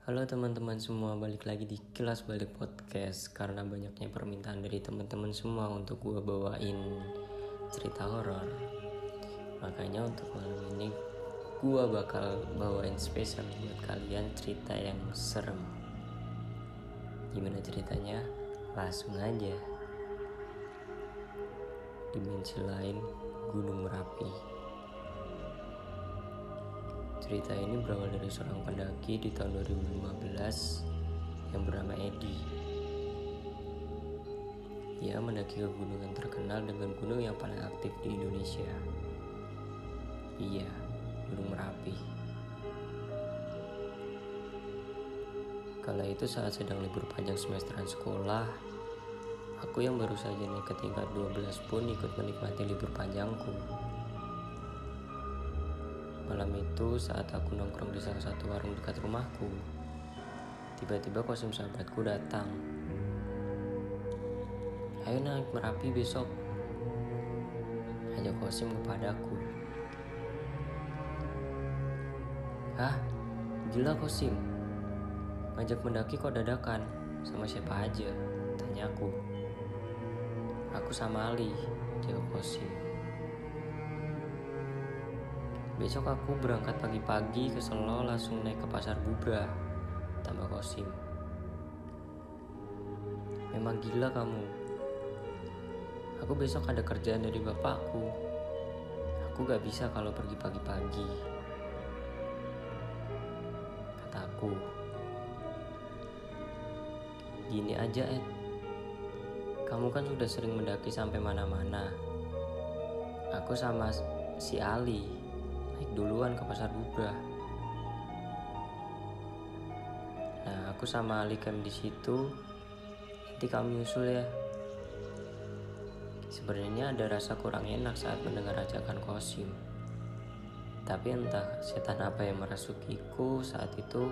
Halo teman-teman semua, balik lagi di Kilas Balik Podcast. Karena banyaknya permintaan dari teman-teman semua untuk gue bawain cerita horor, makanya untuk malam ini gue bakal bawain spesial buat kalian cerita yang serem. Gimana ceritanya? Langsung aja. Dimensi lain Gunung Merapi. Cerita ini berawal dari seorang pendaki di tahun 2015 yang bernama Edi. Ia mendaki ke gunung yang terkenal dengan gunung yang paling aktif di Indonesia. Iya, Gunung Merapi. Kala itu saat sedang libur panjang semesteran sekolah, aku yang baru saja naik ke tingkat 12 pun ikut menikmati libur panjangku. Malam itu saat aku nongkrong di salah satu warung dekat rumahku, tiba-tiba kosim sahabatku datang. Ayo naik Merapi besok, ajak kosim kepadaku. Hah? Gila kosim? Ngajak mendaki kok dadakan? Sama siapa aja? Tanyaku. Aku sama Ali, jawab kosim. Besok aku berangkat pagi-pagi ke Selo langsung naik ke Pasar Bubra, tambah kosim. Memang gila kamu. Aku besok ada kerjaan dari bapakku. Aku gak bisa kalau pergi pagi-pagi, kataku. Gini aja Ed, kamu kan sudah sering mendaki sampai mana-mana. Aku sama si Ali naik duluan ke Pasar Bubra. Nah, aku sama Ali camp di situ. Nanti kamu nyusul ya. Sebenarnya ada rasa kurang enak saat mendengar ajakan kosim. Tapi entah setan apa yang merasukiku saat itu,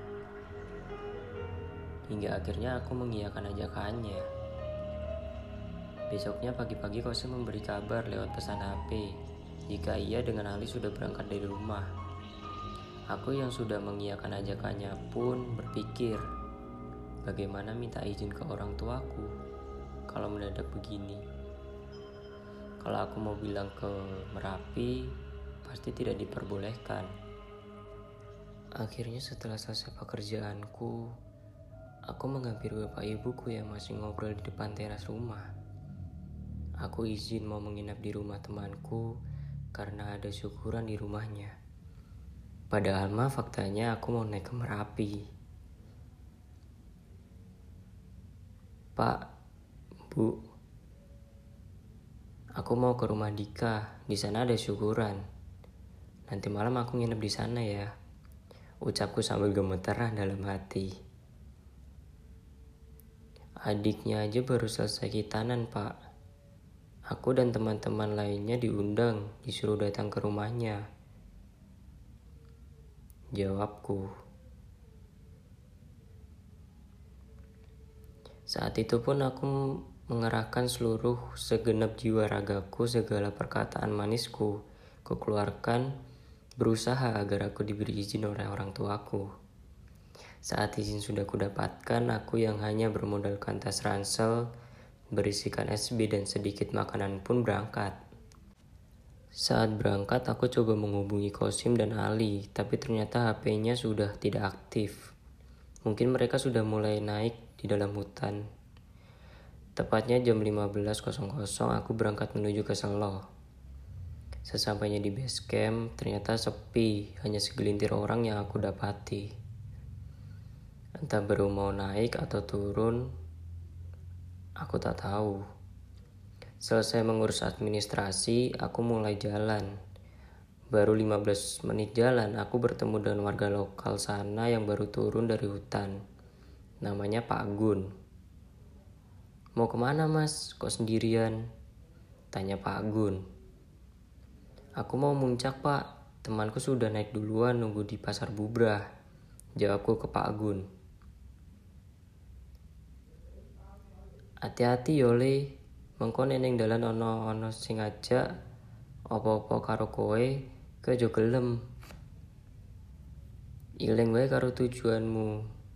hingga akhirnya aku mengiyakan ajakannya. Besoknya pagi-pagi kosim memberi kabar lewat pesan HP jika ia dengan Ali sudah berangkat dari rumah. Aku yang sudah mengiyakan ajakannya pun berpikir, bagaimana minta izin ke orang tuaku kalau mendadak begini. Kalau aku mau bilang ke Merapi, pasti tidak diperbolehkan. Akhirnya setelah selesai pekerjaanku, aku menghampiri bapak ibuku yang masih ngobrol di depan teras rumah. Aku izin mau menginap di rumah temanku karena ada syukuran di rumahnya. Padahal mah faktanya aku mau naik ke Merapi. Pak, Bu, aku mau ke rumah Dika, di sana ada syukuran. Nanti malam aku nginep di sana ya, ucapku sambil gemetar dalam hati. Adiknya aja baru selesai khitanan, Pak. Aku dan teman-teman lainnya diundang, disuruh datang ke rumahnya, jawabku. Saat itu pun aku mengerahkan seluruh segenap jiwa ragaku, segala perkataan manisku kukeluarkan, berusaha agar aku diberi izin oleh orang tuaku. Saat izin sudah kudapatkan, aku yang hanya bermodalkan tas ransel berisikan SB dan sedikit makanan pun berangkat. Saat berangkat aku coba menghubungi Kosim dan Ali, tapi ternyata HP-nya sudah tidak aktif. Mungkin mereka sudah mulai naik di dalam hutan. Tepatnya jam 15.00 aku berangkat menuju ke Selo. Sesampainya di base camp, ternyata sepi, hanya segelintir orang yang aku dapati. Entah baru mau naik atau turun, aku tak tahu. Selesai mengurus administrasi, aku mulai jalan. Baru 15 menit jalan, aku bertemu dengan warga lokal sana yang baru turun dari hutan. Namanya Pak Gun. Mau kemana mas? Kok sendirian? Tanya Pak Gun. Aku mau muncak pak, temanku sudah naik duluan nunggu di Pasar Bubrah, jawabku ke Pak Gun. Hati-hati yole, mengko neneng dalan ono sing ngajak opo-opo karo kowe ke jo gelem. Ileng bae karo tujuanmu.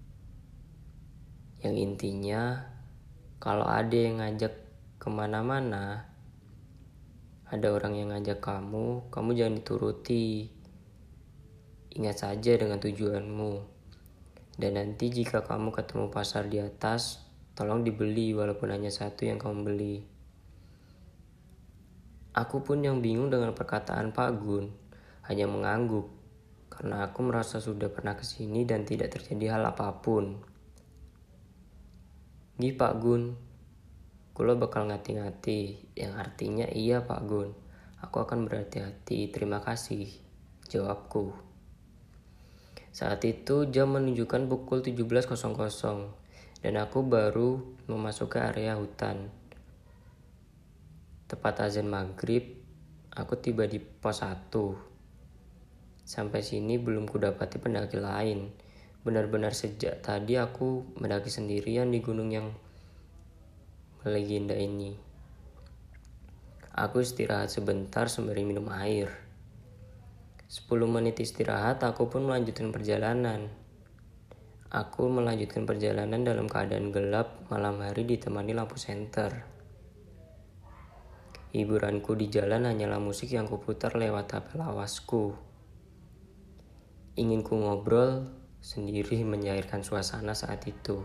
Yang intinya, kalau ada yang ngajak kemana-mana, ada orang yang ngajak kamu jangan dituruti. Ingat saja dengan tujuanmu. Dan nanti jika kamu ketemu pasar di atas, tolong dibeli walaupun hanya satu yang kamu beli. Aku pun yang bingung dengan perkataan Pak Gun, hanya mengangguk. Karena aku merasa sudah pernah kesini dan tidak terjadi hal apapun. Gi Pak Gun, kula bakal ngati-ngati, yang artinya iya Pak Gun. Aku akan berhati-hati, terima kasih, jawabku. Saat itu jam menunjukkan pukul 17.00 dan aku baru memasuki area hutan. Tepat azan maghrib, aku tiba di pos 1. Sampai sini belum kudapati pendaki lain. Benar-benar sejak tadi aku mendaki sendirian di gunung yang melegenda ini. Aku istirahat sebentar sembari minum air. 10 menit istirahat, aku pun melanjutkan perjalanan. Aku melanjutkan perjalanan dalam keadaan gelap malam hari ditemani lampu senter. Hiburanku di jalan hanyalah musik yang kuputar lewat HP lawasku. Ingin ku ngobrol sendiri menyairkan suasana saat itu.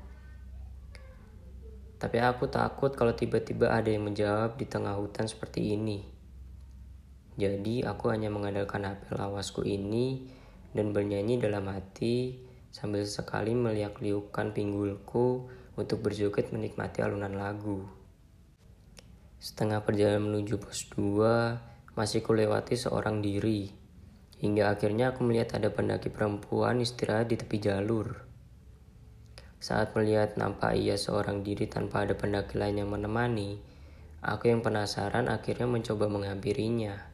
Tapi aku takut kalau tiba-tiba ada yang menjawab di tengah hutan seperti ini. Jadi aku hanya mengandalkan HP lawasku ini dan bernyanyi dalam hati sambil sekali meliak-liukkan pinggulku untuk berjoget menikmati alunan lagu. Setengah perjalanan menuju pos 2 masih kulewati seorang diri. Hingga akhirnya aku melihat ada pendaki perempuan istirahat di tepi jalur. Saat melihat nampak ia seorang diri tanpa ada pendaki lain yang menemani, aku yang penasaran akhirnya mencoba menghampirinya.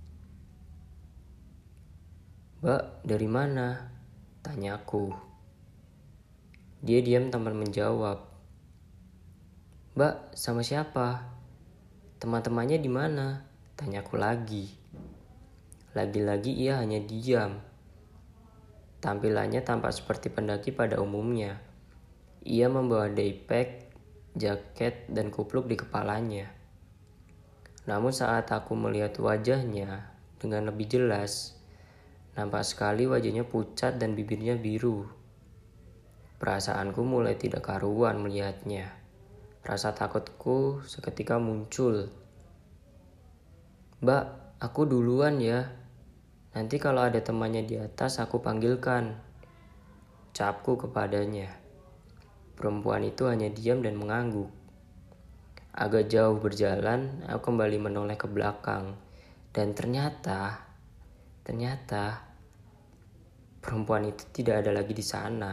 "Mbak, dari mana?" tanyaku. Dia diam tanpa menjawab. "Mbak, sama siapa? Teman-temannya di mana?" tanyaku lagi. Lagi-lagi ia hanya diam. Tampilannya tampak seperti pendaki pada umumnya. Ia membawa daypack, jaket, dan kupluk di kepalanya. Namun saat aku melihat wajahnya dengan lebih jelas, nampak sekali wajahnya pucat dan bibirnya biru. Perasaanku mulai tidak karuan melihatnya. Rasa takutku seketika muncul. "Mbak, aku duluan ya. Nanti kalau ada temannya di atas aku panggilkan," ucapku kepadanya. Perempuan itu hanya diam dan mengangguk. Agak jauh berjalan, aku kembali menoleh ke belakang. Dan ternyata perempuan itu tidak ada lagi di sana.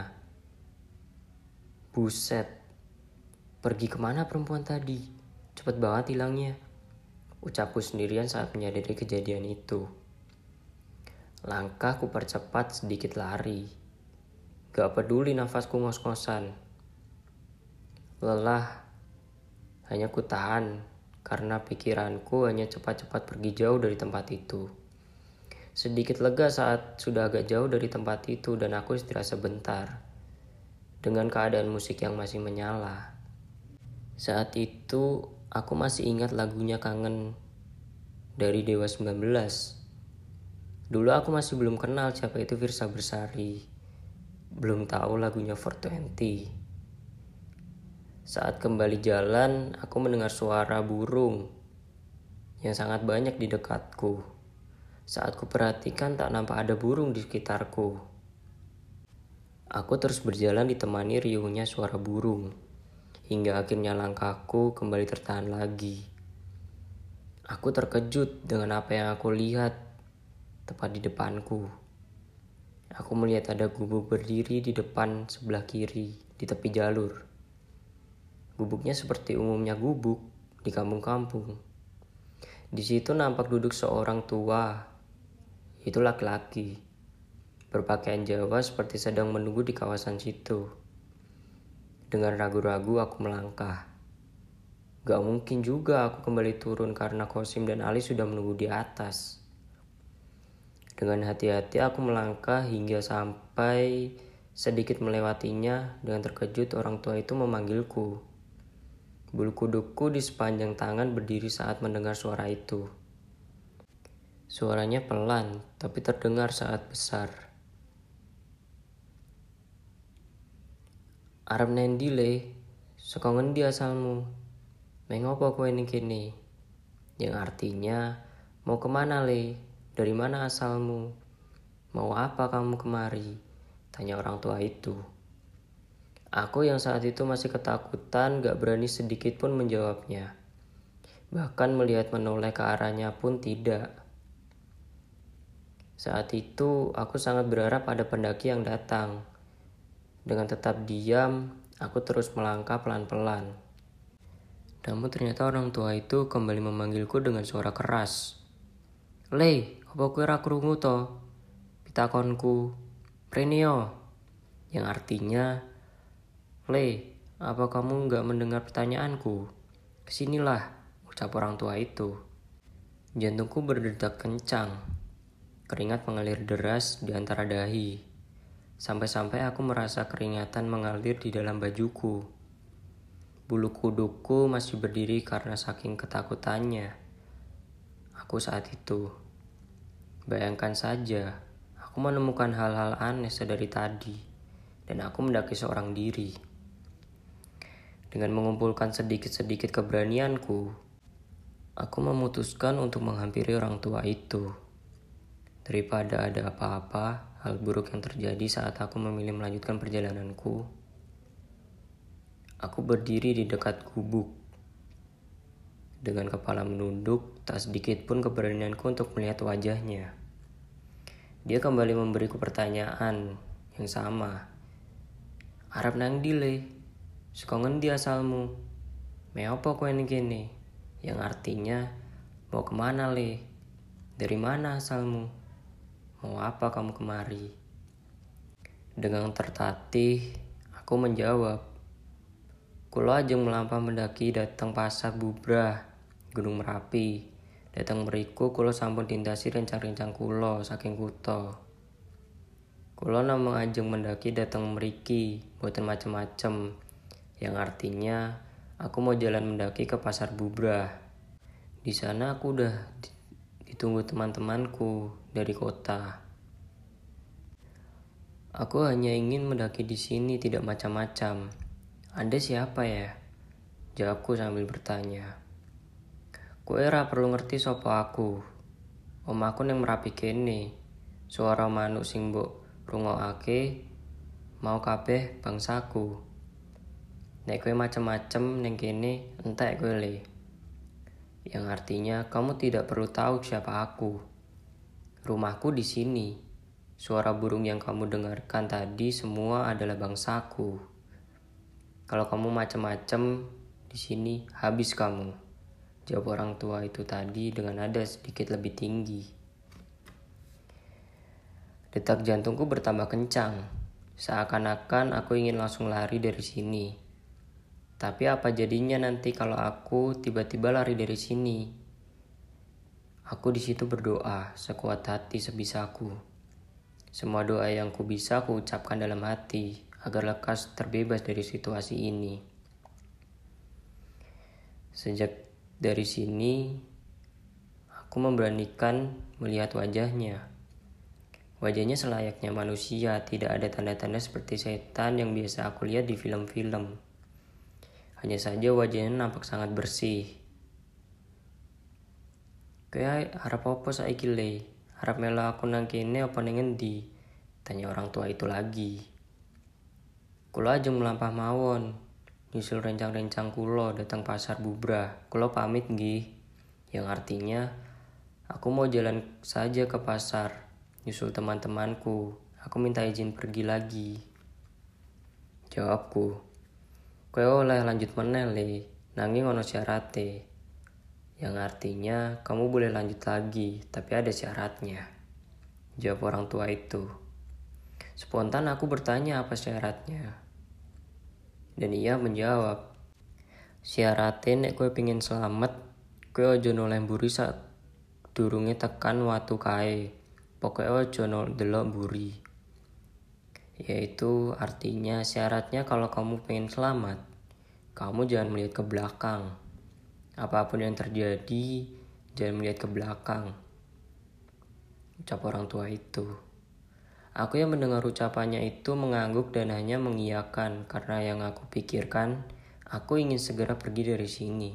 Buset, pergi kemana perempuan tadi? Cepet banget hilangnya, ucapku sendirian saat menyadari kejadian itu. Langkahku percepat sedikit lari. Gak peduli nafasku ngos-ngosan. Lelah, hanya ku tahan karena pikiranku hanya cepat-cepat pergi jauh dari tempat itu. Sedikit lega saat sudah agak jauh dari tempat itu dan aku istirahat sebentar. Dengan keadaan musik yang masih menyala. Saat itu aku masih ingat lagunya Kangen dari Dewa 19. Dulu aku masih belum kenal siapa itu Firsa Bersari. Belum tahu lagunya 420. Saat kembali jalan, aku mendengar suara burung yang sangat banyak di dekatku. Saat ku perhatikan tak nampak ada burung di sekitarku. Aku terus berjalan ditemani riuhnya suara burung. Hingga akhirnya langkahku kembali tertahan lagi. Aku terkejut dengan apa yang aku lihat tepat di depanku. Aku melihat ada gubuk berdiri di depan sebelah kiri di tepi jalur. Gubuknya seperti umumnya gubuk di kampung-kampung. Di situ nampak duduk seorang tua, itu laki-laki, berpakaian Jawa seperti sedang menunggu di kawasan situ. Dengan ragu-ragu aku melangkah. Gak mungkin juga aku kembali turun karena Kosim dan Ali sudah menunggu di atas. Dengan hati-hati aku melangkah hingga sampai sedikit melewatinya. Dengan terkejut orang tua itu memanggilku. Bulu kudukku di sepanjang tangan berdiri saat mendengar suara itu. Suaranya pelan, tapi terdengar saat besar. Arep nendi le, saka ngendi asalmu? Mengopo kowe ning kene? Yang artinya, mau kemana le? Dari mana asalmu? Mau apa kamu kemari? Tanya orang tua itu. Aku yang saat itu masih ketakutan gak berani sedikit pun menjawabnya. Bahkan melihat menoleh ke arahnya pun tidak. Saat itu aku sangat berharap ada pendaki yang datang. Dengan tetap diam, aku terus melangkah pelan-pelan. Namun ternyata orang tua itu kembali memanggilku dengan suara keras. Le, apa kowe ra krungu to? Pitakonku. Prenio. Yang artinya, Le, apa kamu gak mendengar pertanyaanku? Kesinilah, ucap orang tua itu. Jantungku berdetak kencang. Keringat mengalir deras di antara dahi. Sampai-sampai aku merasa keringatan mengalir di dalam bajuku. Bulu kudukku masih berdiri karena saking ketakutannya. Aku saat itu. Bayangkan saja, aku menemukan hal-hal aneh sedari tadi. Dan aku mendaki seorang diri. Dengan mengumpulkan sedikit-sedikit keberanianku, aku memutuskan untuk menghampiri orang tua itu. Daripada ada apa-apa, hal buruk yang terjadi saat aku memilih melanjutkan perjalananku. Aku berdiri di dekat gubuk. Dengan kepala menunduk, tak sedikit pun keberanianku untuk melihat wajahnya. Dia kembali memberiku pertanyaan yang sama. Arep nang ndi le? Saka ngendi asalmu? Me apa kowe ning kene? Yang artinya, mau kemana le? Dari mana asalmu? Mau apa kamu kemari? Dengan tertatih, aku menjawab. Kulo ajeng melampah mendaki datang Pasar Bubrah, Gunung Merapi. Datang meriku kulo sampun tindasi rencang-rencang kulo saking kuto. Kulo namung ajeng mendaki datang meriki, boten macem-macem. Yang artinya, aku mau jalan mendaki ke Pasar Bubrah. Di sana aku udah ditunggu teman-temanku dari kota. Aku hanya ingin mendaki di sini, tidak macam-macam. Anda siapa ya? Jawabku sambil bertanya. Kowe ora perlu ngerti sapa aku. Omahku ning Merapi kene. Suara manuk sing mbok rungokake mau kabeh bangsaku. Nek kowe macem-macem ning kene, entek kowe le. Yang artinya kamu tidak perlu tahu siapa aku. Rumahku di sini. Suara burung yang kamu dengarkan tadi semua adalah bangsaku. Kalau kamu macem-macem di sini, habis kamu. Jawab orang tua itu tadi dengan nada sedikit lebih tinggi. Detak jantungku bertambah kencang. Seakan-akan aku ingin langsung lari dari sini. Tapi apa jadinya nanti kalau aku tiba-tiba lari dari sini? Aku di situ berdoa sekuat hati sebisaku. Semua doa yang ku bisa ku ucapkan dalam hati agar lekas terbebas dari situasi ini. Sejak dari sini, aku memberanikan melihat wajahnya. Wajahnya selayaknya manusia, tidak ada tanda-tanda seperti setan yang biasa aku lihat di film-film. Hanya saja wajahnya nampak sangat bersih. Kayak harap apa saiki le? Harap melo aku nang kene apa ning endi? Tanya orang tua itu lagi. Kulo ajeng melampah mawon. Nyusul rencang-rencang kulo datang Pasar Bubrah. Kulo pamit nggih. Yang artinya aku mau jalan saja ke pasar. Nyusul teman-temanku. Aku minta izin pergi lagi. Jawabku. Kowe oleh lanjut meneh le, nanging ono syarate. Yang artinya kamu boleh lanjut lagi, tapi ada syaratnya. Jawab orang tua itu. Spontan aku bertanya apa syaratnya. Dan ia menjawab, syaratnya nek kowe pengin selamat, kowe aja noleh mburi sak durunge tekan watu kae. Pokoknya ojo delok mburi. Yaitu artinya syaratnya kalau kamu pengen selamat, kamu jangan melihat ke belakang. Apapun yang terjadi, jangan melihat ke belakang. Ucap orang tua itu. Aku yang mendengar ucapannya itu mengangguk dan hanya mengiyakan karena yang aku pikirkan, aku ingin segera pergi dari sini.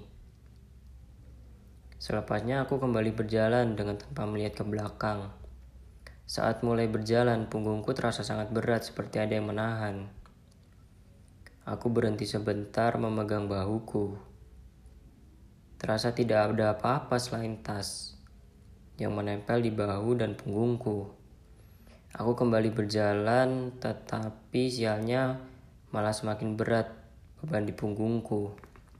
Selepasnya aku kembali berjalan dengan tanpa melihat ke belakang. Saat mulai berjalan, punggungku terasa sangat berat seperti ada yang menahan. Aku berhenti sebentar memegang bahuku. Terasa tidak ada apa-apa selain tas yang menempel di bahu dan punggungku. Aku kembali berjalan, tetapi sialnya malah semakin berat beban di punggungku.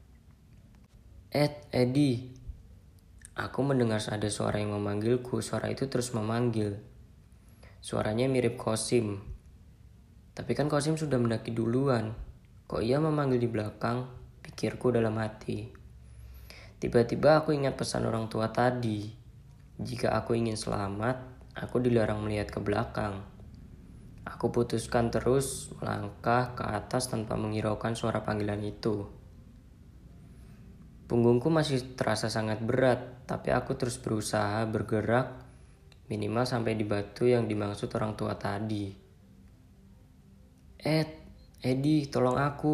Edi. Aku mendengar ada suara yang memanggilku. Suara itu terus memanggil. Suaranya mirip Kosim. Tapi kan Kosim sudah mendaki duluan. Kok ia memanggil di belakang? Pikirku dalam hati. Tiba-tiba aku ingat pesan orang tua tadi. Jika aku ingin selamat, aku dilarang melihat ke belakang. Aku putuskan terus melangkah ke atas tanpa menghiraukan suara panggilan itu. Punggungku masih terasa sangat berat, tapi aku terus berusaha bergerak minimal sampai di batu yang dimaksud orang tua tadi. Edi, tolong aku.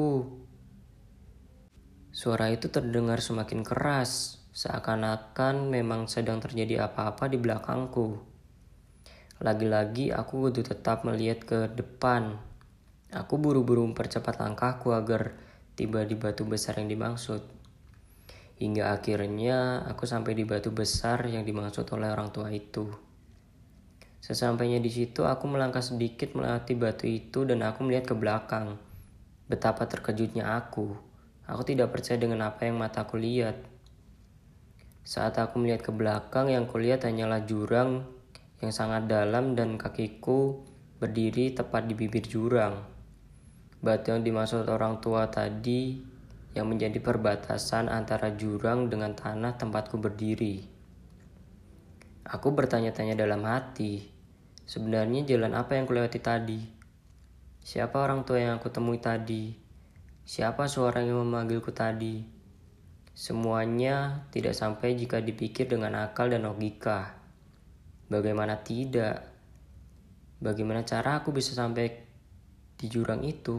Suara itu terdengar semakin keras, seakan-akan memang sedang terjadi apa-apa di belakangku. Lagi-lagi aku kudu tetap melihat ke depan. Aku buru-buru mempercepat langkahku agar tiba di batu besar yang dimaksud. Hingga akhirnya aku sampai di batu besar yang dimaksud oleh orang tua itu. Sesampainya di situ aku melangkah sedikit melewati batu itu dan aku melihat ke belakang. Betapa terkejutnya aku. Aku tidak percaya dengan apa yang mataku lihat. Saat aku melihat ke belakang, yang kulihat hanyalah jurang yang sangat dalam dan kakiku berdiri tepat di bibir jurang. Batu yang dimaksud orang tua tadi yang menjadi perbatasan antara jurang dengan tanah tempatku berdiri. Aku bertanya-tanya dalam hati, sebenarnya jalan apa yang kulewati tadi? Siapa orang tua yang aku temui tadi? Siapa suara yang memanggilku tadi? Semuanya tidak sampai jika dipikir dengan akal dan logika. Bagaimana tidak? Bagaimana cara aku bisa sampai di jurang itu?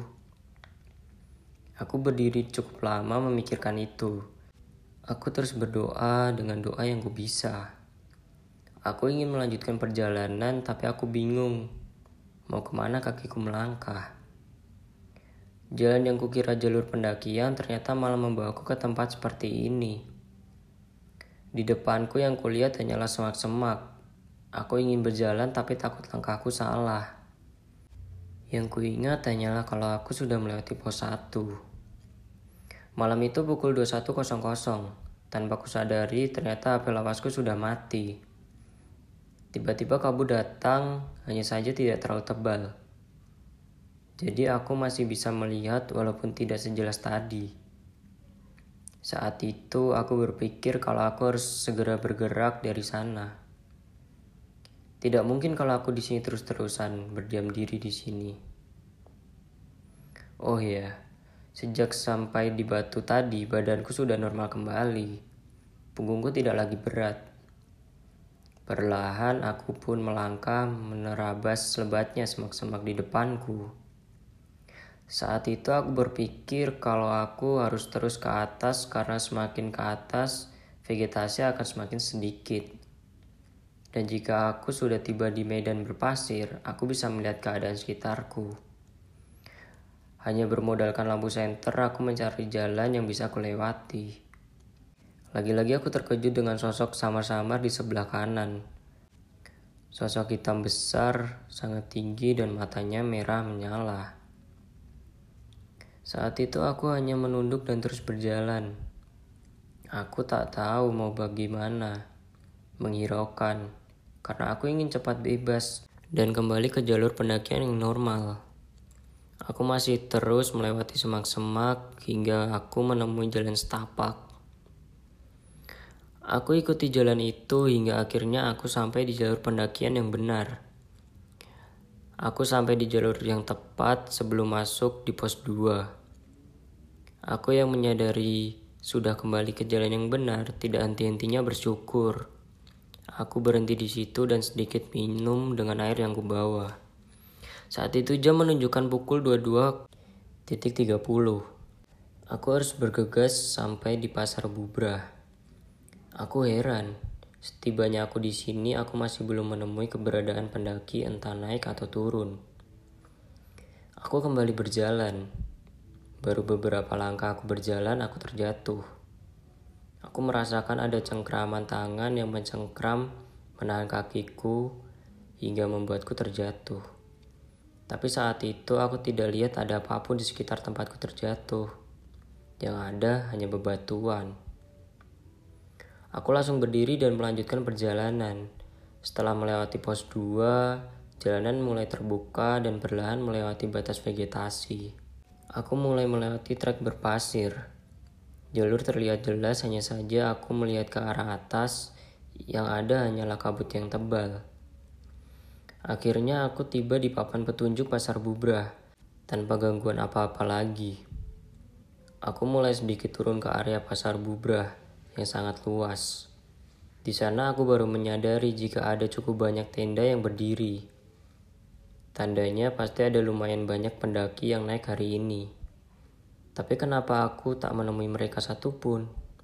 Aku berdiri cukup lama memikirkan itu. Aku terus berdoa dengan doa yang ku bisa. Aku ingin melanjutkan perjalanan, tapi aku bingung mau kemana kakiku melangkah. Jalan yang kukira jalur pendakian ternyata malah membawaku ke tempat seperti ini. Di depanku yang kulihat hanyalah semak-semak. Aku ingin berjalan tapi takut langkahku salah. Yang kuingat hanyalah kalau aku sudah melewati pos 1. Malam itu pukul 21.00. Tanpa kusadari ternyata HP lawasku sudah mati. Tiba-tiba kabut datang, hanya saja tidak terlalu tebal. Jadi aku masih bisa melihat walaupun tidak sejelas tadi. Saat itu aku berpikir kalau aku harus segera bergerak dari sana. Tidak mungkin kalau aku di sini terus-terusan berdiam diri di sini. Oh ya, sejak sampai di batu tadi badanku sudah normal kembali. Punggungku tidak lagi berat. Perlahan aku pun melangkah menerabas lebatnya semak-semak di depanku. Saat itu aku berpikir kalau aku harus terus ke atas karena semakin ke atas vegetasi akan semakin sedikit. Dan jika aku sudah tiba di medan berpasir, aku bisa melihat keadaan sekitarku. Hanya bermodalkan lampu senter, aku mencari jalan yang bisa aku lewati. Lagi-lagi aku terkejut dengan sosok samar-samar di sebelah kanan. Sosok hitam besar, sangat tinggi dan matanya merah menyala. Saat itu aku hanya menunduk dan terus berjalan. Aku tak tahu mau bagaimana, menghiraukan, karena aku ingin cepat bebas dan kembali ke jalur pendakian yang normal. Aku masih terus melewati semak-semak hingga aku menemui jalan setapak. Aku ikuti jalan itu hingga akhirnya aku sampai di jalur pendakian yang benar. Aku sampai di jalur yang tepat sebelum masuk di pos 2. Aku yang menyadari sudah kembali ke jalan yang benar, tidak henti-hentinya bersyukur. Aku berhenti di situ dan sedikit minum dengan air yang kubawa. Saat itu jam menunjukkan pukul 22.30. Aku harus bergegas sampai di Pasar Bubrah. Aku heran, setibanya aku di sini aku masih belum menemui keberadaan pendaki entah naik atau turun. Aku kembali berjalan. Baru beberapa langkah aku berjalan, aku terjatuh. Aku merasakan ada cengkraman tangan yang mencengkram menahan kakiku hingga membuatku terjatuh. Tapi saat itu aku tidak lihat ada apapun di sekitar tempatku terjatuh. Yang ada hanya bebatuan. Aku langsung berdiri dan melanjutkan perjalanan. Setelah melewati pos 2, jalanan mulai terbuka dan perlahan melewati batas vegetasi. Aku mulai melewati trek berpasir. Jalur terlihat jelas, hanya saja aku melihat ke arah atas, yang ada hanyalah kabut yang tebal. Akhirnya aku tiba di papan petunjuk Pasar Bubrah, tanpa gangguan apa-apa lagi. Aku mulai sedikit turun ke area Pasar Bubrah yang sangat luas. Di sana aku baru menyadari jika ada cukup banyak tenda yang berdiri. Tandanya pasti ada lumayan banyak pendaki yang naik hari ini. Tapi kenapa aku tak menemui mereka satupun?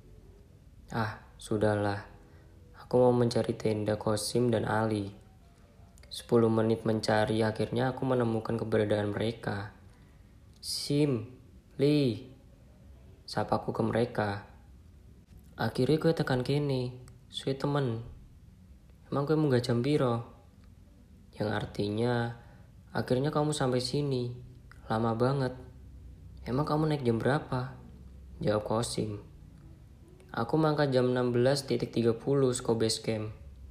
Sudahlah. Aku mau mencari tenda Kosim dan Ali. 10 menit mencari, akhirnya aku menemukan keberadaan mereka. Sim, Li, sapaku ke mereka. Akhirnya gue tekan kene, suwe temen. Emang gue munggah jam piro? Yang artinya, akhirnya kamu sampai sini. Lama banget. Emang kamu naik jam berapa? Jawab Kosim. Aku mangkat jam 16.30 ke base camp.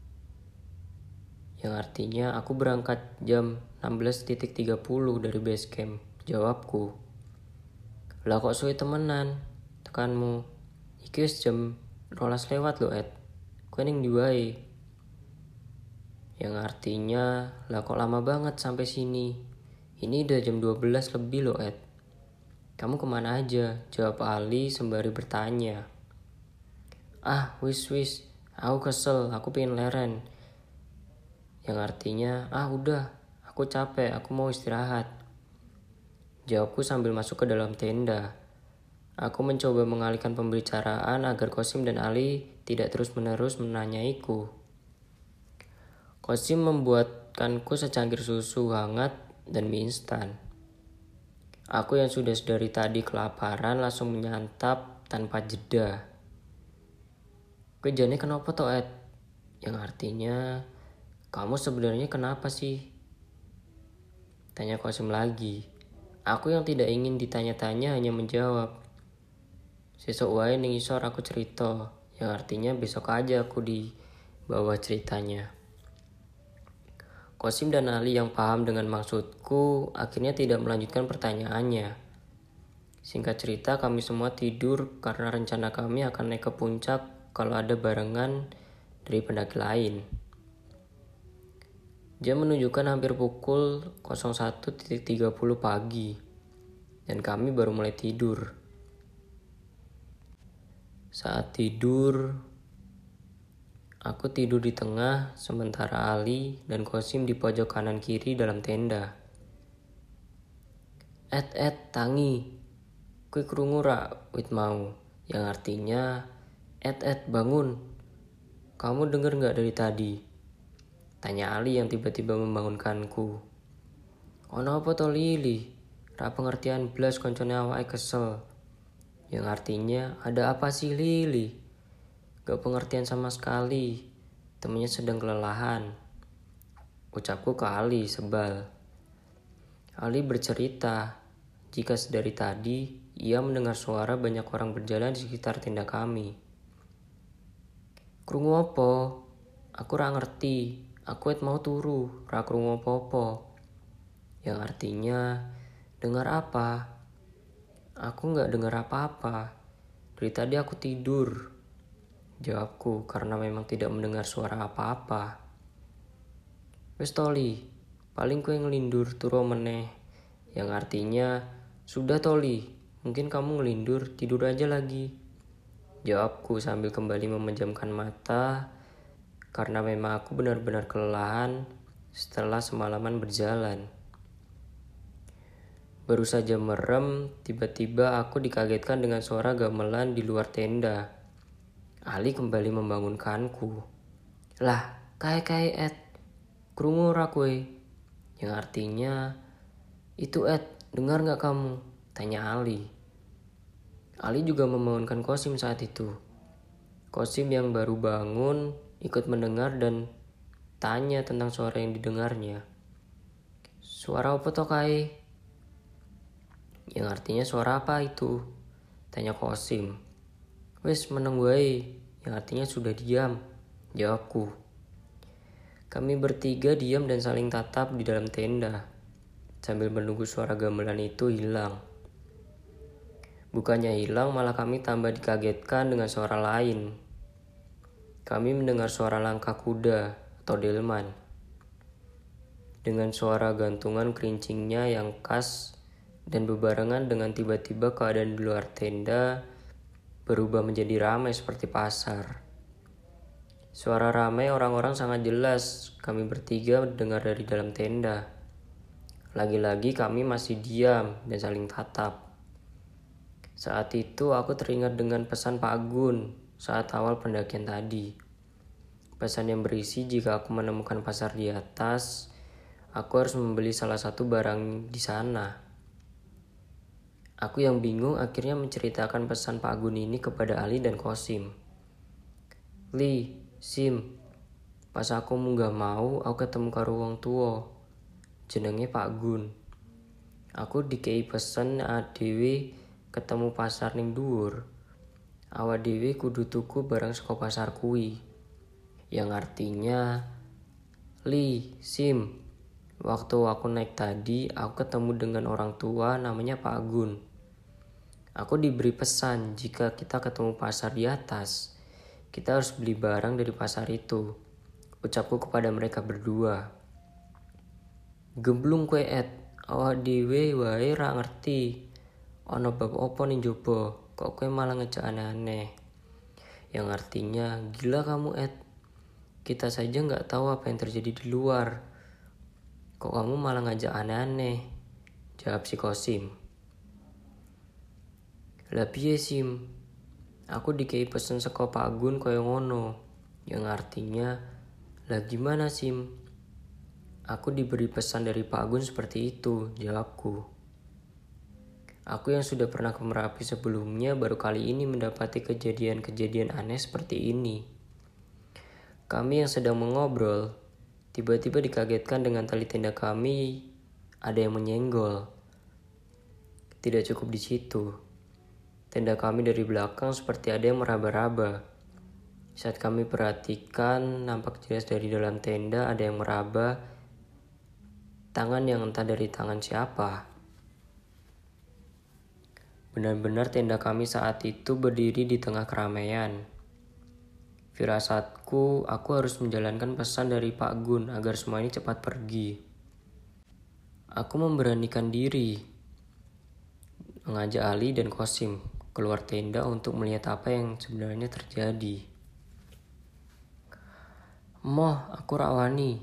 Yang artinya aku berangkat jam 16.30 dari base camp. Jawabku. Lah kok suwe temenan? Tekanmu. Iki wis jam 12 lewat lo Ed. Kowe ning ndi wae? Yang artinya, lah kok lama banget sampai sini? Ini udah jam 12 lebih lo Ed. Kamu kemana aja? Jawab Ali sembari bertanya. Wis, aku kesel, aku pengen leren. Yang artinya, udah, aku capek, aku mau istirahat. Jawabku sambil masuk ke dalam tenda. Aku mencoba mengalihkan pembicaraan agar Kosim dan Ali tidak terus-menerus menanyaiku. Kosim membuatkanku secangkir susu hangat dan mie instan. Aku yang sudah dari tadi kelaparan langsung menyantap tanpa jeda. Kejadiannya kenapa toh Ed? Yang artinya, kamu sebenarnya kenapa sih? Tanya Kosim lagi. Aku yang tidak ingin ditanya-tanya hanya menjawab. Sesuk wae ning isor aku cerita, yang artinya besok aja aku dibawa ceritanya. Kosim dan Ali yang paham dengan maksudku akhirnya tidak melanjutkan pertanyaannya. Singkat cerita, kami semua tidur karena rencana kami akan naik ke puncak kalau ada barengan dari pendaki lain. Jam menunjukkan hampir pukul 01.30 pagi dan kami baru mulai tidur. Saat tidur, aku tidur di tengah, sementara Ali dan Kosim di pojok kanan kiri dalam tenda. Tangi, kui krungu ra wit mau, yang artinya, bangun, kamu denger gak dari tadi? Tanya Ali yang tiba-tiba membangunkanku. Ono apa to Lili? Ra pengertian blas koncone awake kesel. Yang artinya, ada apa sih Lili? Gak pengertian sama sekali. Temennya sedang kelelahan. Ucapku ke Ali sebal. Ali bercerita, jika sedari tadi ia mendengar suara banyak orang berjalan di sekitar tenda kami. Krungu apa? Aku ra ngerti. Aku mau turu, ra krungu apa-apa. Yang artinya, dengar apa? Aku gak dengar apa-apa. Dari tadi aku tidur. Jawabku karena memang tidak mendengar suara apa-apa. Wes Toli, paling kue ngelindur turu meneh. Yang artinya, sudah Toli, mungkin kamu ngelindur, tidur aja lagi. Jawabku sambil kembali memejamkan mata karena memang aku benar-benar kelelahan setelah semalaman berjalan. Baru saja merem, tiba-tiba aku dikagetkan dengan suara gamelan di luar tenda. Ali kembali membangunkanku. Lah, kai Ed, krungu ora kowe? Yang artinya, itu Ed, dengar gak kamu? Tanya Ali. Ali juga membangunkan Kosim saat itu. Kosim yang baru bangun ikut mendengar dan tanya tentang suara yang didengarnya. Suara apa toh kai? Yang artinya suara apa itu? Tanya Kosim. Wes meneng wae, yang artinya sudah diam, jawabku. Kami bertiga diam dan saling tatap di dalam tenda, sambil menunggu suara gamelan itu hilang. Bukannya hilang, malah kami tambah dikagetkan dengan suara lain. Kami mendengar suara langkah kuda atau delman. Dengan suara gantungan kerincingnya yang khas dan bebarengan dengan tiba-tiba keadaan di luar tenda berubah menjadi ramai seperti pasar. Suara ramai orang-orang sangat jelas kami bertiga dengar dari dalam tenda. Lagi-lagi kami masih diam dan saling tatap. Saat itu aku teringat dengan pesan Pak Agun saat awal pendakian tadi. Pesan yang berisi jika aku menemukan pasar di atas, aku harus membeli salah satu barang di sana. Aku yang bingung akhirnya menceritakan pesan Pak Agun ini kepada Ali dan Kosim. Li, Sim, pas aku munggah mau, aku ketemu karo wong tua. Jenenge Pak Gun. Aku dikei pesan dhewe ketemu pasar ning dhuwur. Awak dhewe kudu tuku barang saka pasar kuwi. Yang artinya, Li, Sim, waktu aku naik tadi, aku ketemu dengan orang tua namanya Pak Gun. Aku diberi pesan jika kita ketemu pasar di atas, kita harus beli barang dari pasar itu. Ucapku kepada mereka berdua. Gemblung kue Ed, awak dhewe wae ra ngerti. Ono bab opo ning jopo, kok kue malah ngejak aneh-aneh. Yang artinya, gila kamu Ed. Kita saja gak tahu apa yang terjadi di luar. Kok kamu malah ngajak aneh-aneh? Jawab si Kosim. Lah piye Sim? Aku dikei pesen saka Pak Agun kaya ngono. Yang artinya, lah gimana Sim? Aku diberi pesan dari Pak Agun seperti itu, jawabku. Aku yang sudah pernah ke Merapi sebelumnya baru kali ini mendapati kejadian-kejadian aneh seperti ini. Kami yang sedang mengobrol, tiba-tiba dikagetkan dengan tali tenda kami ada yang menyenggol. Tidak cukup di situ. Tenda kami dari belakang seperti ada yang meraba-raba. Saat kami perhatikan, nampak jelas dari dalam tenda ada yang meraba tangan yang entah dari tangan siapa. Benar-benar tenda kami saat itu berdiri di tengah keramaian. Firasatku, aku harus menjalankan pesan dari Pak Gun agar semua ini cepat pergi. Aku memberanikan diri, mengajak Ali dan Kosim keluar tenda untuk melihat apa yang sebenarnya terjadi. Moh, aku rawani.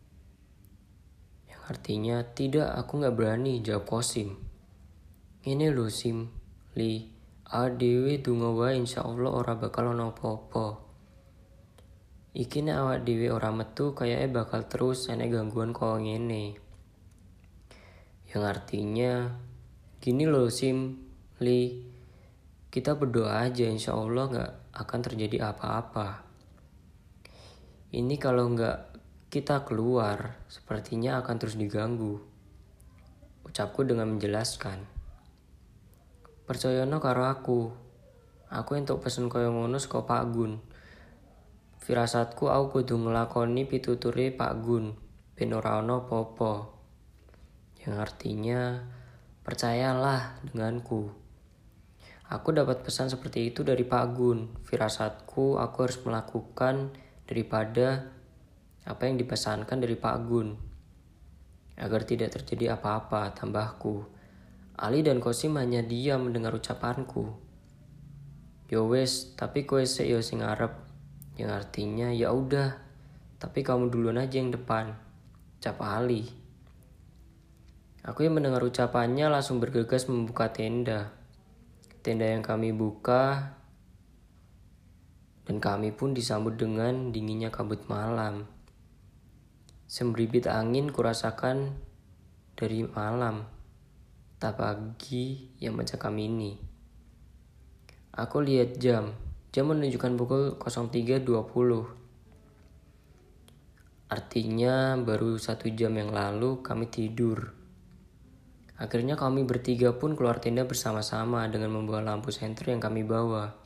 Yang artinya, tidak, aku gak berani, jawab Kosim. Ini lho Sim, Li, adewe dunga wae insyaallah ora bakal ono apa-apa. Iki nek awak dhewe ora metu kayaknya bakal terus enek gangguan kok ngene. Yang artinya, gini loh Sim, Li, kita berdoa aja insyaallah gak akan terjadi apa-apa. Ini kalau gak kita keluar, sepertinya akan terus diganggu. Ucapku dengan menjelaskan. Percayana karo aku entuk pesen kaya ngono saka Pak Gun. Firasatku aku kudu nglakoni pituture Pak Gun, ben ora ono apa-apa. Yang artinya, percayalah denganku. Aku dapat pesan seperti itu dari Pak Gun. Firasatku, aku harus melakukan daripada apa yang dipesankan dari Pak Gun. Agar tidak terjadi apa-apa, tambahku. Ali dan Kosim hanya diam mendengar ucapanku. Yo wes, tapi kowe sik yo sing ngarep. Yang artinya ya udah, tapi kamu duluan aja yang depan. Ucap Ali. Aku yang mendengar ucapannya langsung bergegas membuka tenda. Tenda yang kami buka dan kami pun disambut dengan dinginnya kabut malam. Sembribit angin kurasakan dari malam, tak pagi yang mencekam ini. Aku lihat jam menunjukkan pukul 03.20. Artinya baru 1 jam yang lalu kami tidur. Akhirnya kami bertiga pun keluar tenda bersama-sama dengan membawa lampu senter yang kami bawa.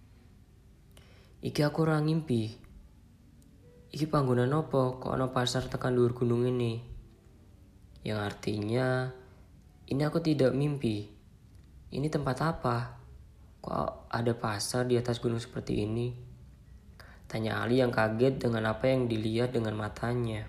Iki aku ora ngimpi. Iki panggonan opo kok ono pasar tekan dhuwur gunung ini. Yang artinya ini aku tidak mimpi. Ini tempat apa? Kok ada pasar di atas gunung seperti ini? Tanya Ali yang kaget dengan apa yang dilihat dengan matanya.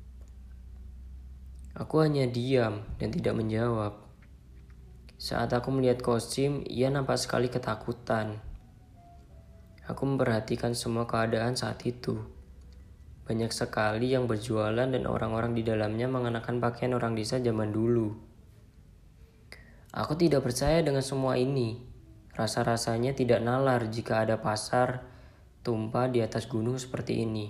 Aku hanya diam dan tidak menjawab. Saat aku melihat Kosim, ia nampak sekali ketakutan. Aku memperhatikan semua keadaan saat itu. Banyak sekali yang berjualan dan orang-orang di dalamnya mengenakan pakaian orang desa zaman dulu. Aku tidak percaya dengan semua ini. Rasa-rasanya tidak nalar jika ada pasar tumpah di atas gunung seperti ini.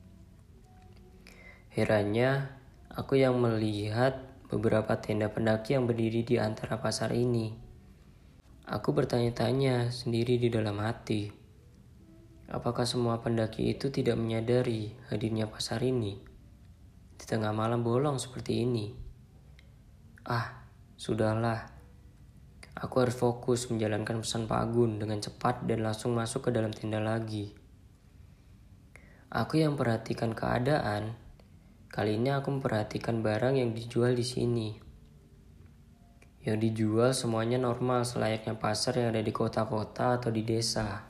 Herannya, aku yang melihat beberapa tenda pendaki yang berdiri di antara pasar ini. Aku bertanya-tanya sendiri di dalam hati. Apakah semua pendaki itu tidak menyadari hadirnya pasar ini di tengah malam bolong seperti ini? Sudahlah. Aku harus fokus menjalankan pesan Pak Agun dengan cepat dan langsung masuk ke dalam tenda lagi. Aku yang perhatikan keadaan, kali ini aku memperhatikan barang yang dijual di sini. Yang dijual semuanya normal selayaknya pasar yang ada di kota-kota atau di desa.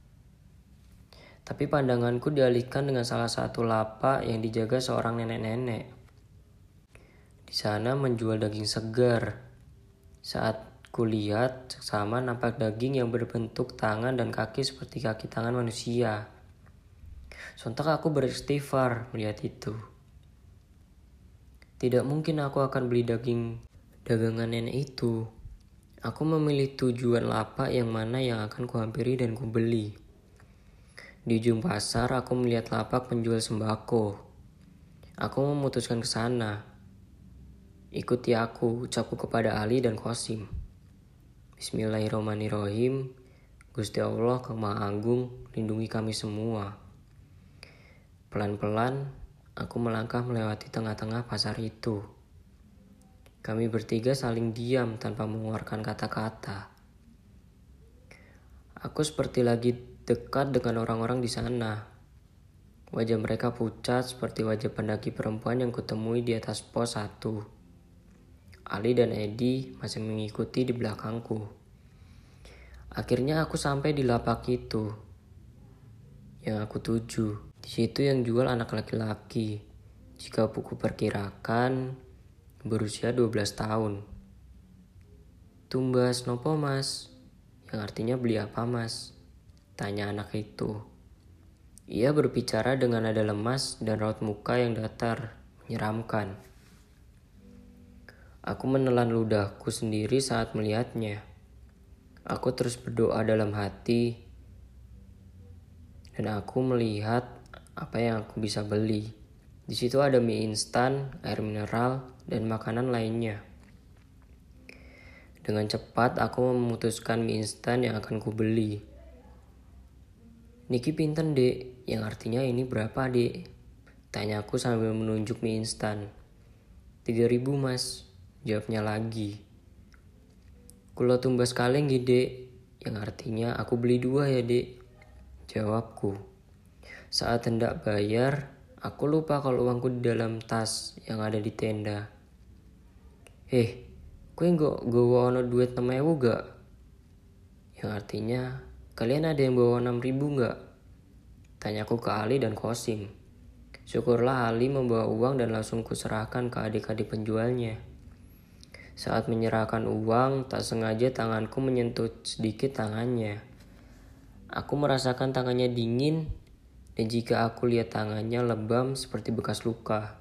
Tapi pandanganku dialihkan dengan salah satu lapak yang dijaga seorang nenek-nenek. Di sana menjual daging segar. Saat kulihat, seksama nampak daging yang berbentuk tangan dan kaki seperti kaki tangan manusia. Sontak aku beristighfar melihat itu. Tidak mungkin aku akan beli daging dagangan nenek itu. Aku memilih tujuan lapak yang mana yang akan kuhampiri dan kubeli. Di ujung pasar, aku melihat lapak penjual sembako. Aku memutuskan ke sana. Ikuti aku, ucapku kepada Ali dan Kosim. Bismillahirrahmanirrahim. Gusti Allah Kang Maha Agung, lindungi kami semua. Pelan-pelan, aku melangkah melewati tengah-tengah pasar itu. Kami bertiga saling diam tanpa mengeluarkan kata-kata. Aku seperti lagi dekat dengan orang-orang di sana. Wajah mereka pucat seperti wajah pendaki perempuan yang kutemui di atas pos 1. Ali dan Edi masih mengikuti di belakangku. Akhirnya aku sampai di lapak itu yang aku tuju. Di situ yang jual anak laki-laki. Jika buku perkirakan berusia 12 tahun. Tumbas nopo mas? Yang artinya beli apa mas? Tanya anak itu. Ia berbicara dengan nada lemas dan raut muka yang datar, menyeramkan. Aku menelan ludahku sendiri saat melihatnya. Aku terus berdoa dalam hati, dan aku melihat apa yang aku bisa beli. Di situ ada mie instan, air mineral, dan makanan lainnya. Dengan cepat aku memutuskan mie instan yang akan kubeli. Niki pinten dek, yang artinya ini berapa dek? Tanyaku sambil menunjuk mie instan. 3.000 mas, jawabnya lagi. Kulo tumbas kaleng gede, yang artinya aku beli 2 ya dek, jawabku. Saat hendak bayar, aku lupa kalau uangku di dalam tas yang ada di tenda. Kue nggak gawa ono duit 6.000 gak? yang artinya, kalian ada yang bawa 6.000 nggak? Tanyaku ke Ali dan Kosim. Syukurlah Ali membawa uang dan langsung kuserahkan ke adik-adik penjualnya. Saat menyerahkan uang, tak sengaja tanganku menyentuh sedikit tangannya. Aku merasakan tangannya dingin, dan jika aku lihat tangannya lebam seperti bekas luka.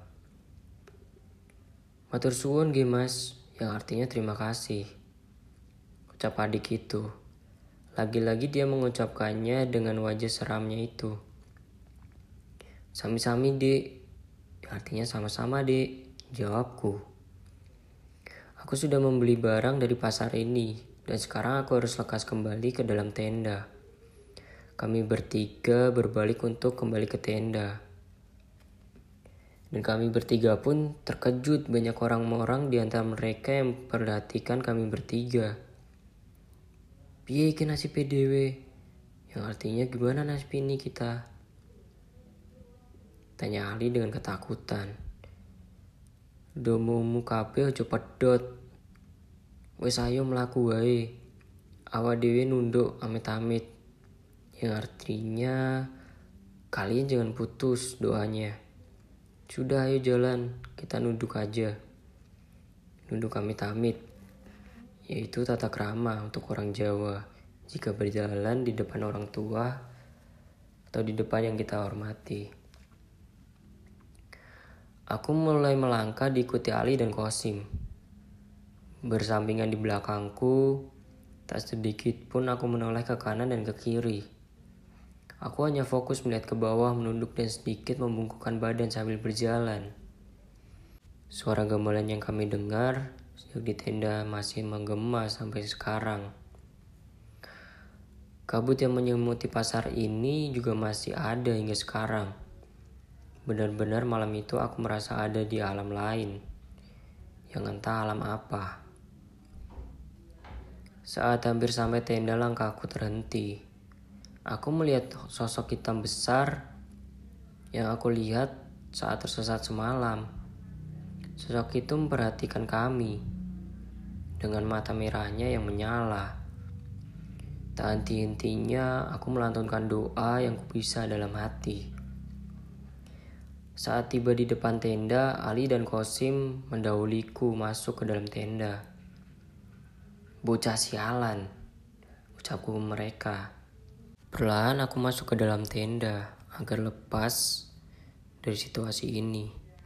Matur suwun ge mas, yang artinya terima kasih. Ucap adik itu. Lagi-lagi dia mengucapkannya dengan wajah seramnya itu. Sami-sami dek, yang artinya sama-sama dek, jawabku. Aku sudah membeli barang dari pasar ini, dan sekarang aku harus lekas kembali ke dalam tenda. Kami bertiga berbalik untuk kembali ke tenda. Dan kami bertiga pun terkejut banyak orang-orang di antara mereka yang memperhatikan kami bertiga. Piye iki nasib PDW? Yang artinya gimana nasib ini kita? Tanya Ali dengan ketakutan. Domomu kabeh aja pedot. Wes ayo mlaku wae. Awak dhewe nunduk amit-amit. Yang artinya kalian jangan putus doanya. Sudah ayo jalan, kita nunduk aja. Nunduk amit-amit. Yaitu tata krama untuk orang Jawa jika berjalan di depan orang tua atau di depan yang kita hormati. Aku mulai melangkah diikuti Ali dan Kosim. Bersampingan di belakangku, tak sedikit pun aku menoleh ke kanan dan ke kiri. Aku hanya fokus melihat ke bawah, menunduk dan sedikit membungkukkan badan sambil berjalan. Suara gamelan yang kami dengar di tenda masih menggema sampai sekarang. Kabut yang menyelimuti pasar ini juga masih ada hingga sekarang. Benar-benar malam itu aku merasa ada di alam lain. Yang entah alam apa. Saat hampir sampai tenda langkahku terhenti. Aku melihat sosok hitam besar yang aku lihat saat tersesat semalam. Sosok itu memperhatikan kami dengan mata merahnya yang menyala. Tak henti-hentinya aku melantunkan doa yang kubisa dalam hati. Saat tiba di depan tenda, Ali dan Kosim mendahuliku masuk ke dalam tenda. Bocah sialan, ucapku mereka. Perlahan aku masuk ke dalam tenda agar lepas dari situasi ini.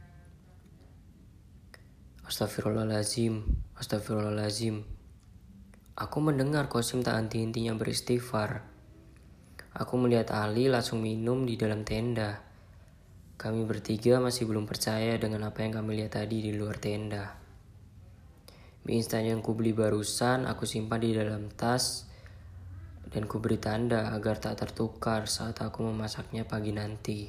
Astagfirullahalazim, astagfirullahalazim. Aku mendengar Kosim tak henti-hentinya beristighfar. Aku melihat Ali langsung minum di dalam tenda. Kami bertiga masih belum percaya dengan apa yang kami lihat tadi di luar tenda. Mie instan yang kubeli barusan aku simpan di dalam tas dan kuberi tanda agar tak tertukar saat aku memasaknya pagi nanti.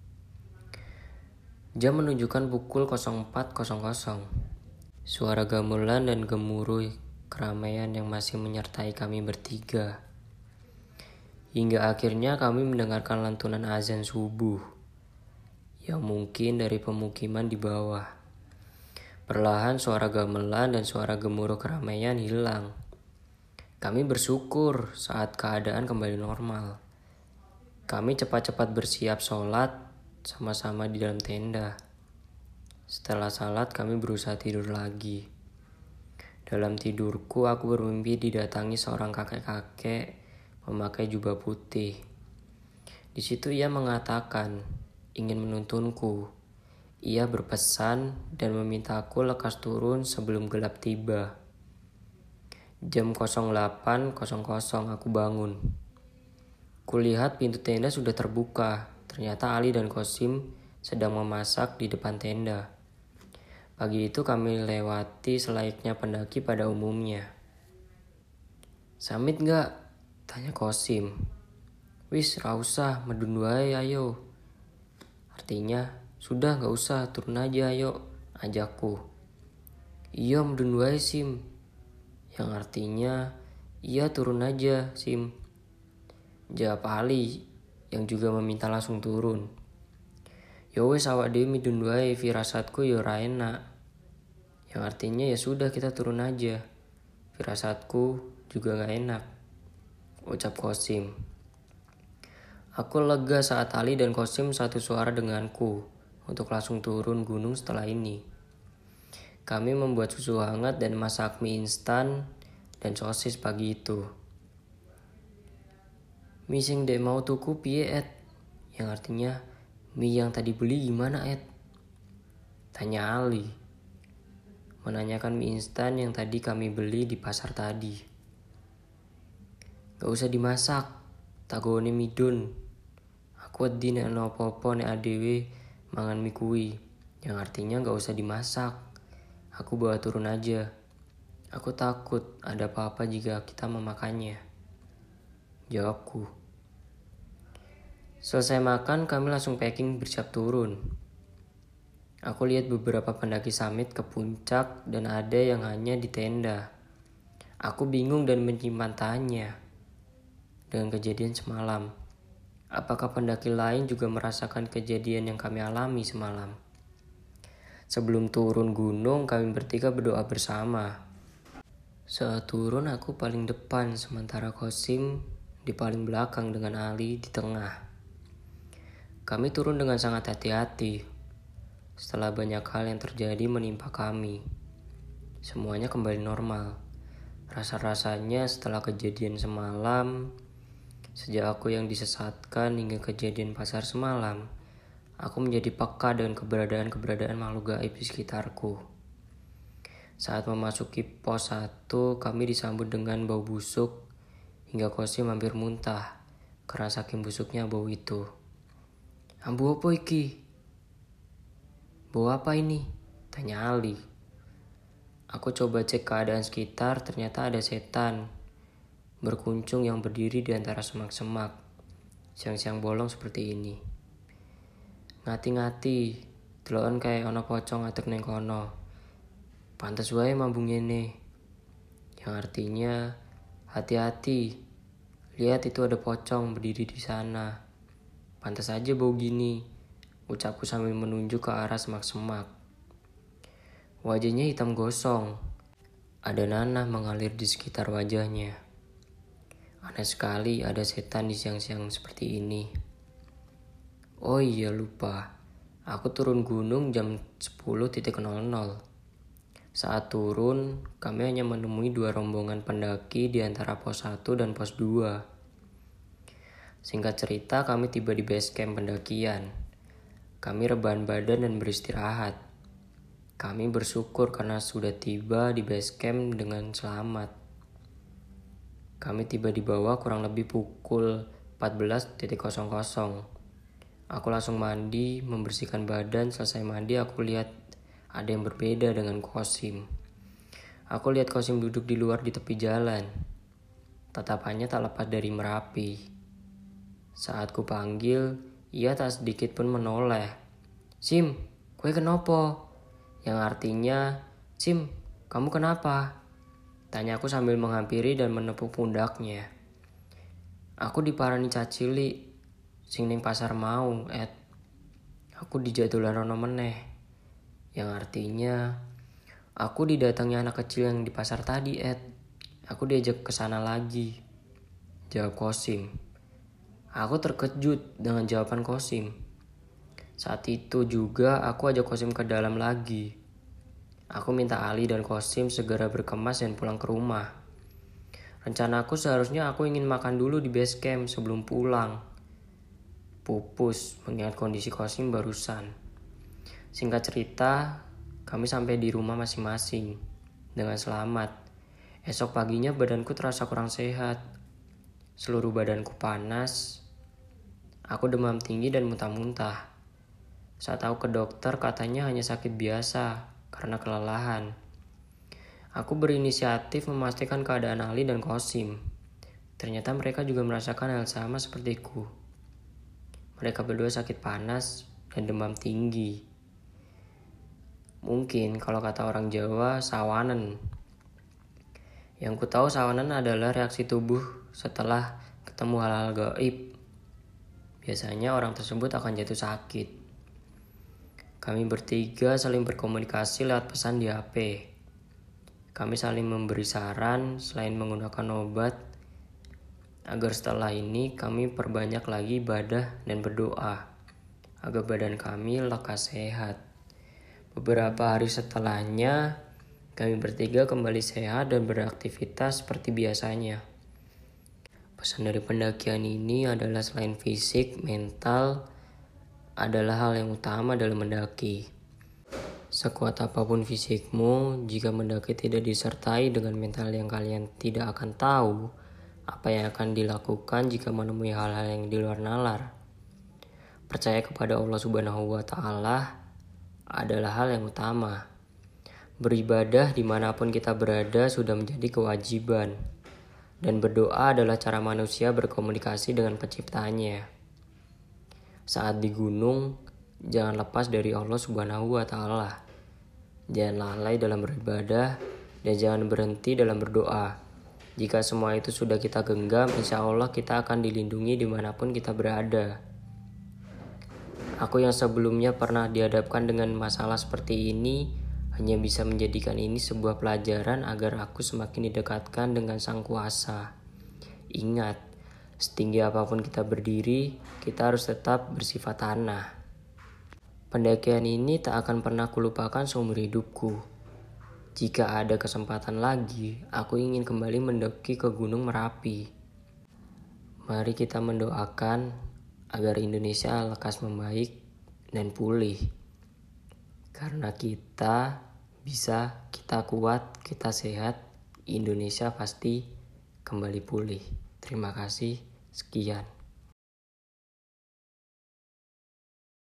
Jam menunjukkan pukul 04.00. Suara gamelan dan gemuruh keramaian yang masih menyertai kami bertiga. Hingga akhirnya kami mendengarkan lantunan azan subuh yang mungkin dari pemukiman di bawah. Perlahan suara gamelan dan suara gemuruh keramaian hilang. Kami bersyukur saat keadaan kembali normal. Kami cepat-cepat bersiap sholat sama-sama di dalam tenda. Setelah sholat kami berusaha tidur lagi. Dalam tidurku aku bermimpi didatangi seorang kakek-kakek memakai jubah putih. Di situ ia mengatakan ingin menuntunku. Ia berpesan dan meminta aku lekas turun sebelum gelap tiba. Jam 08.00 aku bangun. Kulihat pintu tenda sudah terbuka. Ternyata Ali dan Kosim sedang memasak di depan tenda. Pagi itu kami lewati selayaknya pendaki pada umumnya. Samit gak? Tanya Kosim. Wis rausah medun wae ayo. Artinya sudah gak usah turun aja ayo ajakku. Iya medun wae Sim. Yang artinya iya turun aja Sim. Jawab Ali yang juga meminta langsung turun. Ya wes awak dhewe medun wae firasatku ya ora enak. Yang artinya ya sudah kita turun aja. Firasatku juga gak enak. ucap Kosim. Aku lega saat Ali dan Kosim satu suara denganku untuk langsung turun gunung setelah ini. Kami membuat susu hangat dan masak mie instan dan sosis pagi itu. "Mie sing dek mau tuku piye et?" Yang artinya, "Mie yang tadi beli gimana et?" Tanya Ali. Menanyakan mie instan yang tadi kami beli di pasar tadi. "Gak usah dimasak, tagone midun. Aku wedi nek ana apa-apa nek adewe mangan mie kuwi." Yang artinya gak usah dimasak. Aku bawa turun aja. Aku takut ada apa-apa jika kita memakannya, jawabku. Selesai makan, kami langsung packing bersiap turun. Aku lihat beberapa pendaki summit ke puncak dan ada yang hanya di tenda. Aku bingung dan menyimpan tanya dengan kejadian semalam. Apakah pendaki lain juga merasakan kejadian yang kami alami semalam? Sebelum turun gunung, kami bertiga berdoa bersama. Saat turun, aku paling depan, sementara Kosim di paling belakang dengan Ali di tengah. Kami turun dengan sangat hati-hati. Setelah banyak hal yang terjadi menimpa kami, semuanya kembali normal. Rasa-rasanya setelah kejadian semalam, sejak aku yang disesatkan hingga kejadian pasar semalam, aku menjadi peka dengan keberadaan makhluk gaib di sekitarku. Saat memasuki pos 1, kami disambut dengan bau busuk hingga Kosim hampir muntah karena saking busuknya bau itu. "Ambu apa iki? Bau apa ini?" tanya Ali. Aku coba cek keadaan sekitar, ternyata ada setan berkuncung yang berdiri di antara semak-semak. Siang-siang bolong seperti ini. "Ngati-ngati, deloken kayak ana pocong ngadeg ning kono. Pantes wae mambung ngene." Yang artinya, "Hati-hati. Lihat itu ada pocong berdiri di sana. Pantes aja bau gini," ucapku sambil menunjuk ke arah semak-semak. Wajahnya hitam gosong. Ada nanah mengalir di sekitar wajahnya. Aneh sekali ada setan di siang-siang seperti ini. Oh iya lupa, aku turun gunung jam 10.00. Saat turun, kami hanya menemui 2 rombongan pendaki di antara pos 1 dan pos 2. Singkat cerita, kami tiba di base camp pendakian. Kami rebahan badan dan beristirahat. Kami bersyukur karena sudah tiba di base camp dengan selamat. Kami tiba di bawah kurang lebih pukul 14.00. Aku langsung mandi, membersihkan badan. Selesai mandi, aku lihat ada yang berbeda dengan Kosim. Aku lihat Kosim duduk di luar di tepi jalan. Tatapannya tak lepas dari Merapi. Saat ku panggil, ia tak sedikit pun menoleh. "Sim, kue kenapa?" Yang artinya, "Sim, kamu kenapa?" Tanya aku sambil menghampiri dan menepuk pundaknya. "Aku diparani cacili, sing ning pasar mau, et. Aku dijatulan rono meneh." Yang artinya, "Aku didatangi anak kecil yang di pasar tadi, et. Aku diajak ke sana lagi," jawab Kosim. Aku terkejut dengan jawaban Kosim. Saat itu juga aku ajak Kosim ke dalam lagi. Aku minta Ali dan Kosim segera berkemas dan pulang ke rumah. Rencanaku seharusnya aku ingin makan dulu di base camp sebelum pulang. Pupus mengingat kondisi Kosim barusan. Singkat cerita, kami sampai di rumah masing-masing dengan selamat. Esok paginya badanku terasa kurang sehat. Seluruh badanku panas. Aku demam tinggi dan muntah-muntah. Saat aku ke dokter katanya hanya sakit biasa karena kelelahan. Aku berinisiatif memastikan keadaan Ali dan Kosim. Ternyata mereka juga merasakan hal sama sepertiku. Mereka berdua sakit panas dan demam tinggi. Mungkin kalau kata orang Jawa, sawanen. Yang ku tahu sawanen adalah reaksi tubuh setelah ketemu hal-hal gaib. Biasanya orang tersebut akan jatuh sakit. Kami bertiga saling berkomunikasi lewat pesan di HP. Kami saling memberi saran selain menggunakan obat. agar setelah ini kami perbanyak lagi ibadah dan berdoa, agar badan kami lekas sehat. Beberapa hari setelahnya, kami bertiga kembali sehat dan beraktivitas seperti biasanya. Pesan dari pendakian ini adalah selain fisik, mental adalah hal yang utama dalam mendaki. Sekuat apapun fisikmu, jika mendaki tidak disertai dengan mental yang kalian tidak akan tahu apa yang akan dilakukan jika menemui hal-hal yang di luar nalar. Percaya kepada Allah Subhanahu wa Ta'ala adalah hal yang utama. Beribadah dimanapun kita berada sudah menjadi kewajiban. Dan berdoa adalah cara manusia berkomunikasi dengan penciptanya. Saat di gunung, jangan lepas dari Allah Subhanahu wa Ta'ala. Jangan lalai dalam beribadah dan jangan berhenti dalam berdoa. Jika semua itu sudah kita genggam, insya Allah kita akan dilindungi dimanapun kita berada. Aku yang sebelumnya pernah dihadapkan dengan masalah seperti ini, hanya bisa menjadikan ini sebuah pelajaran agar aku semakin didekatkan dengan Sang Kuasa. Ingat, setinggi apapun kita berdiri, kita harus tetap bersifat tanah. Pendakian ini tak akan pernah kulupakan seumur hidupku. Jika ada kesempatan lagi, aku ingin kembali mendaki ke Gunung Merapi. Mari kita mendoakan agar Indonesia lekas membaik dan pulih. Karena kita bisa, kita kuat, kita sehat, Indonesia pasti kembali pulih. Terima kasih, sekian.